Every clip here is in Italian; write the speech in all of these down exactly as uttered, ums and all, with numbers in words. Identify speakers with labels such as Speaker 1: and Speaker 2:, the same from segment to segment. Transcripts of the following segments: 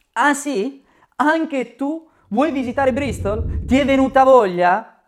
Speaker 1: Ah sì? Anche tu vuoi visitare Bristol? Ti è venuta voglia?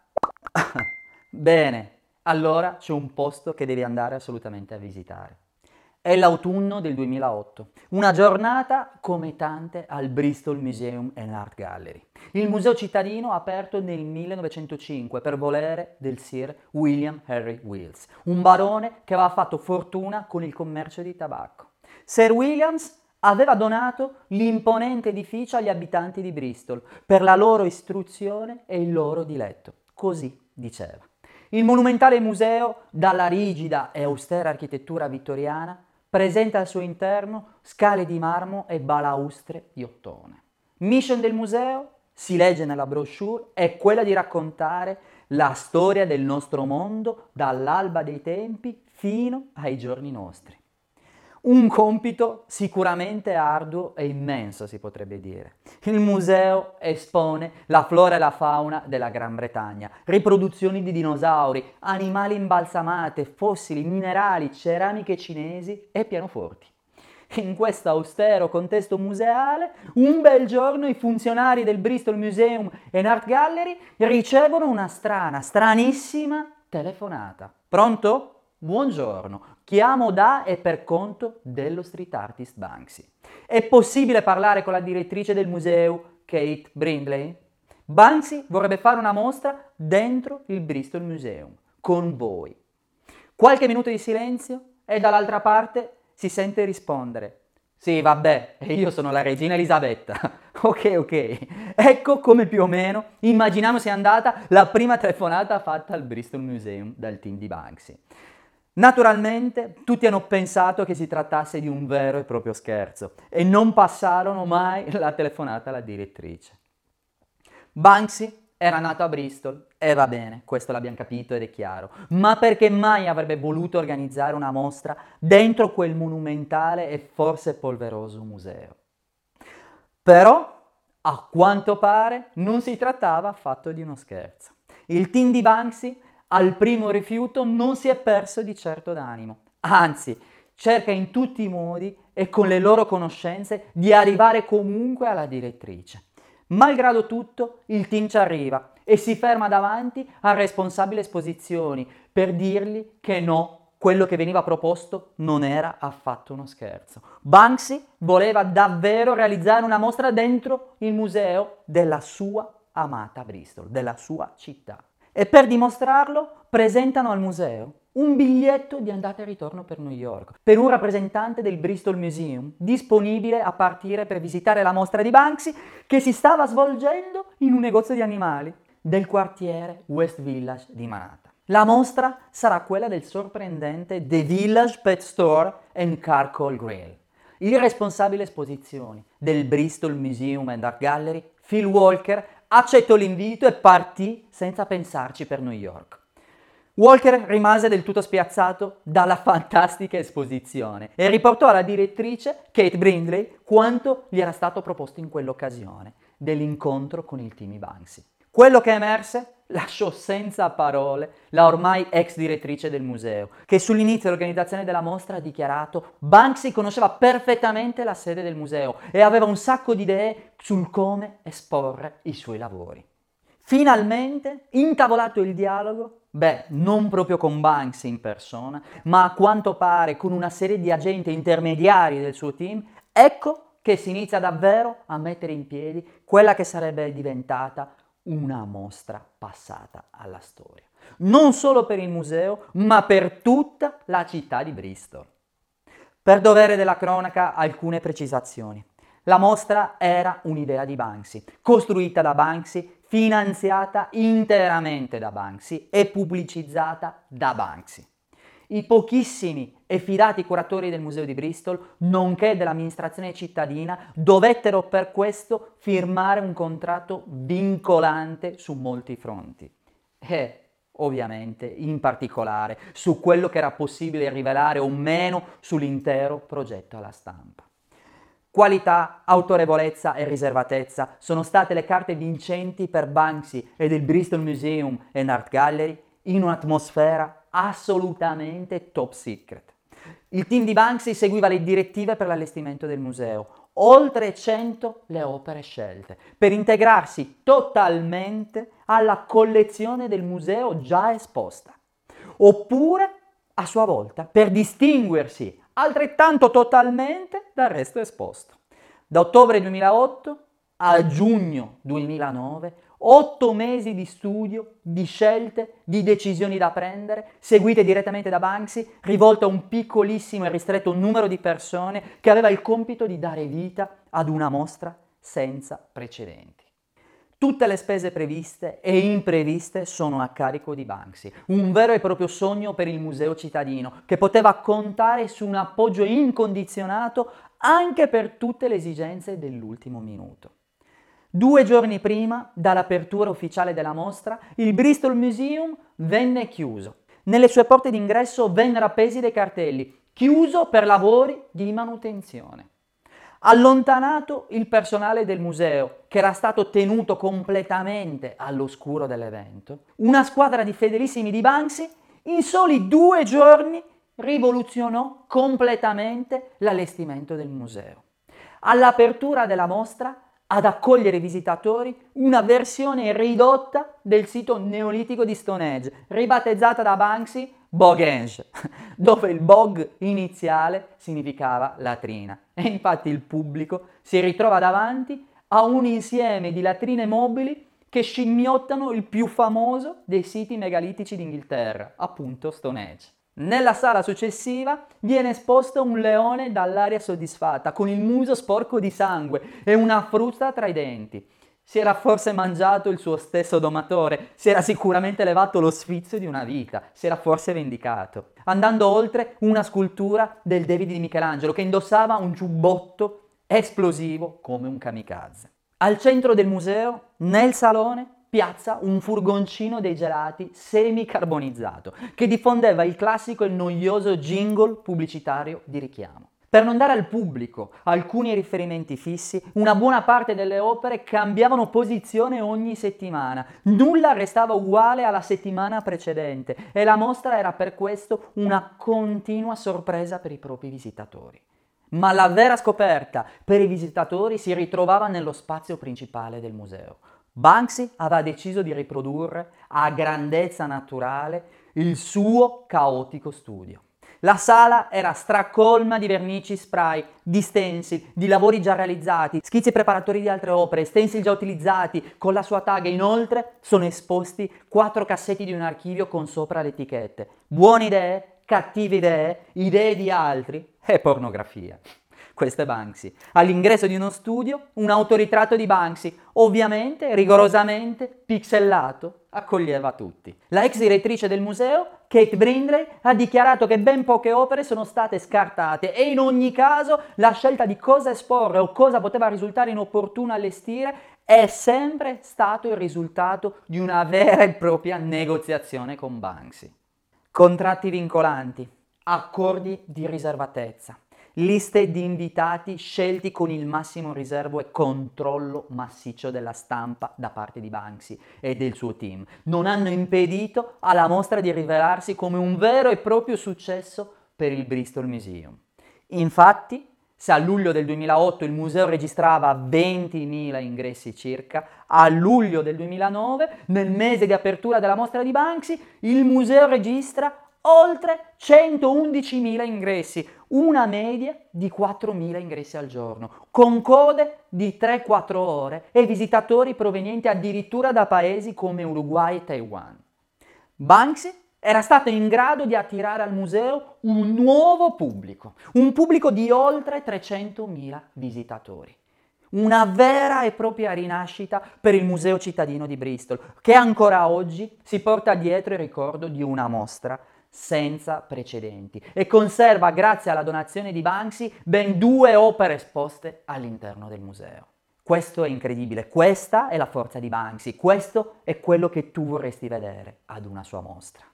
Speaker 1: Bene, allora c'è un posto che devi andare assolutamente a visitare. È l'autunno del duemilaotto, una giornata come tante al Bristol Museum and Art Gallery, il museo cittadino aperto nel millenovecentocinque per volere del Sir William Henry Wills, un barone che aveva fatto fortuna con il commercio di tabacco. Sir Williams aveva donato l'imponente edificio agli abitanti di Bristol per la loro istruzione e il loro diletto, così diceva. Il monumentale museo, dalla rigida e austera architettura vittoriana, presenta al suo interno scale di marmo e balaustre di ottone. Mission del museo, si legge nella brochure, è quella di raccontare la storia del nostro mondo dall'alba dei tempi fino ai giorni nostri. Un compito sicuramente arduo e immenso, si potrebbe dire. Il museo espone la flora e la fauna della Gran Bretagna, riproduzioni di dinosauri, animali imbalsamate, fossili, minerali, ceramiche cinesi e pianoforti. In questo austero contesto museale, un bel giorno i funzionari del Bristol Museum and Art Gallery ricevono una strana, stranissima telefonata. Pronto? Buongiorno, chiamo da e per conto dello street artist Banksy. È possibile parlare con la direttrice del museo, Kate Brindley? Banksy vorrebbe fare una mostra dentro il Bristol Museum, con voi. Qualche minuto di silenzio e dall'altra parte si sente rispondere: sì, vabbè, io sono la regina Elisabetta. Ok, ok. Ecco come più o meno immaginiamo sia andata la prima telefonata fatta al Bristol Museum dal team di Banksy. Naturalmente tutti hanno pensato che si trattasse di un vero e proprio scherzo e non passarono mai la telefonata alla direttrice. Banksy era nato a Bristol, e va bene, questo l'abbiamo capito ed è chiaro, ma perché mai avrebbe voluto organizzare una mostra dentro quel monumentale e forse polveroso museo? Però, a quanto pare, non si trattava affatto di uno scherzo. Il team di Banksy, al primo rifiuto, non si è perso di certo d'animo. Anzi, cerca in tutti i modi e con le loro conoscenze di arrivare comunque alla direttrice. Malgrado tutto, il team ci arriva e si ferma davanti al responsabile esposizioni per dirgli che no, quello che veniva proposto non era affatto uno scherzo. Banksy voleva davvero realizzare una mostra dentro il museo della sua amata Bristol, della sua città. E per dimostrarlo presentano al museo un biglietto di andata e ritorno per New York, per un rappresentante del Bristol Museum, disponibile a partire per visitare la mostra di Banksy che si stava svolgendo in un negozio di animali del quartiere West Village di Manhattan. La mostra sarà quella del sorprendente The Village Pet Store and Charcoal Grill. Il responsabile esposizioni del Bristol Museum and Art Gallery, Phil Walker, accettò l'invito e partì senza pensarci per New York. Walker rimase del tutto spiazzato dalla fantastica esposizione e riportò alla direttrice, Kate Brindley, quanto gli era stato proposto in quell'occasione dell'incontro con il team Banksy. Quello che emerse lasciò senza parole la ormai ex direttrice del museo, che sull'inizio dell'organizzazione della mostra ha dichiarato: Banksy conosceva perfettamente la sede del museo e aveva un sacco di idee sul come esporre i suoi lavori. Finalmente, intavolato il dialogo, beh, non proprio con Banksy in persona, ma a quanto pare con una serie di agenti intermediari del suo team, ecco che si inizia davvero a mettere in piedi quella che sarebbe diventata una mostra passata alla storia. Non solo per il museo, ma per tutta la città di Bristol. Per dovere della cronaca, alcune precisazioni. La mostra era un'idea di Banksy, costruita da Banksy, finanziata interamente da Banksy e pubblicizzata da Banksy. I pochissimi e fidati curatori del Museo di Bristol, nonché dell'amministrazione cittadina, dovettero per questo firmare un contratto vincolante su molti fronti. E, ovviamente, in particolare, su quello che era possibile rivelare o meno sull'intero progetto alla stampa. Qualità, autorevolezza e riservatezza sono state le carte vincenti per Banksy e del Bristol Museum and Art Gallery in un'atmosfera assolutamente top secret. Il team di Banksy seguiva le direttive per l'allestimento del museo, oltre cento le opere scelte, per integrarsi totalmente alla collezione del museo già esposta, oppure a sua volta per distinguersi altrettanto totalmente dal resto esposto. Da ottobre duemilaotto a giugno duemilanove, otto mesi di studio, di scelte, di decisioni da prendere, seguite direttamente da Banksy, rivolte a un piccolissimo e ristretto numero di persone che aveva il compito di dare vita ad una mostra senza precedenti. Tutte le spese previste e impreviste sono a carico di Banksy, un vero e proprio sogno per il museo cittadino, che poteva contare su un appoggio incondizionato anche per tutte le esigenze dell'ultimo minuto. Due giorni prima dall'apertura ufficiale della mostra, il Bristol Museum venne chiuso. Nelle sue porte d'ingresso vennero appesi dei cartelli: chiuso per lavori di manutenzione. Allontanato il personale del museo, che era stato tenuto completamente all'oscuro dell'evento, una squadra di fedelissimi di Banksy in soli due giorni rivoluzionò completamente l'allestimento del museo. All'apertura della mostra, ad accogliere i visitatori, una versione ridotta del sito neolitico di Stonehenge, ribattezzata da Banksy Boghenge, dove il bog iniziale significava latrina. E infatti il pubblico si ritrova davanti a un insieme di latrine mobili che scimmiottano il più famoso dei siti megalitici d'Inghilterra, appunto Stonehenge. Nella sala successiva viene esposto un leone dall'aria soddisfatta, con il muso sporco di sangue e una frusta tra i denti. Si era forse mangiato il suo stesso domatore, si era sicuramente levato lo sfizio di una vita, si era forse vendicato. Andando oltre, una scultura del David di Michelangelo che indossava un giubbotto esplosivo come un kamikaze. Al centro del museo, nel salone, piazza un furgoncino dei gelati semi-carbonizzato che diffondeva il classico e noioso jingle pubblicitario di richiamo. Per non dare al pubblico alcuni riferimenti fissi, una buona parte delle opere cambiavano posizione ogni settimana. Nulla restava uguale alla settimana precedente e la mostra era per questo una continua sorpresa per i propri visitatori. Ma la vera scoperta per i visitatori si ritrovava nello spazio principale del museo. Banksy aveva deciso di riprodurre a grandezza naturale il suo caotico studio. La sala era stracolma di vernici spray, di stencil, di lavori già realizzati, schizzi preparatori di altre opere, stencil già utilizzati con la sua tag e inoltre sono esposti quattro cassetti di un archivio con sopra le etichette. Buone idee, cattive idee, idee di altri e pornografia. Questo è Banksy. All'ingresso di uno studio, un autoritratto di Banksy, ovviamente, rigorosamente, pixelato, accoglieva tutti. La ex direttrice del museo, Kate Brindley, ha dichiarato che ben poche opere sono state scartate e in ogni caso la scelta di cosa esporre o cosa poteva risultare inopportuno allestire è sempre stato il risultato di una vera e propria negoziazione con Banksy. Contratti vincolanti, accordi di riservatezza, liste di invitati scelti con il massimo riservo e controllo massiccio della stampa da parte di Banksy e del suo team non hanno impedito alla mostra di rivelarsi come un vero e proprio successo per il Bristol Museum. Infatti, se a luglio del duemilaotto il museo registrava ventimila ingressi circa, a luglio del duemilanove, nel mese di apertura della mostra di Banksy, il museo registra oltre centoundicimila ingressi, una media di quattromila ingressi al giorno, con code di tre quattro ore e visitatori provenienti addirittura da paesi come Uruguay e Taiwan. Banksy era stato in grado di attirare al museo un nuovo pubblico, un pubblico di oltre trecentomila visitatori. Una vera e propria rinascita per il Museo cittadino di Bristol, che ancora oggi si porta dietro il ricordo di una mostra senza precedenti e conserva, grazie alla donazione di Banksy, ben due opere esposte all'interno del museo. Questo è incredibile, questa è la forza di Banksy, questo è quello che tu vorresti vedere ad una sua mostra.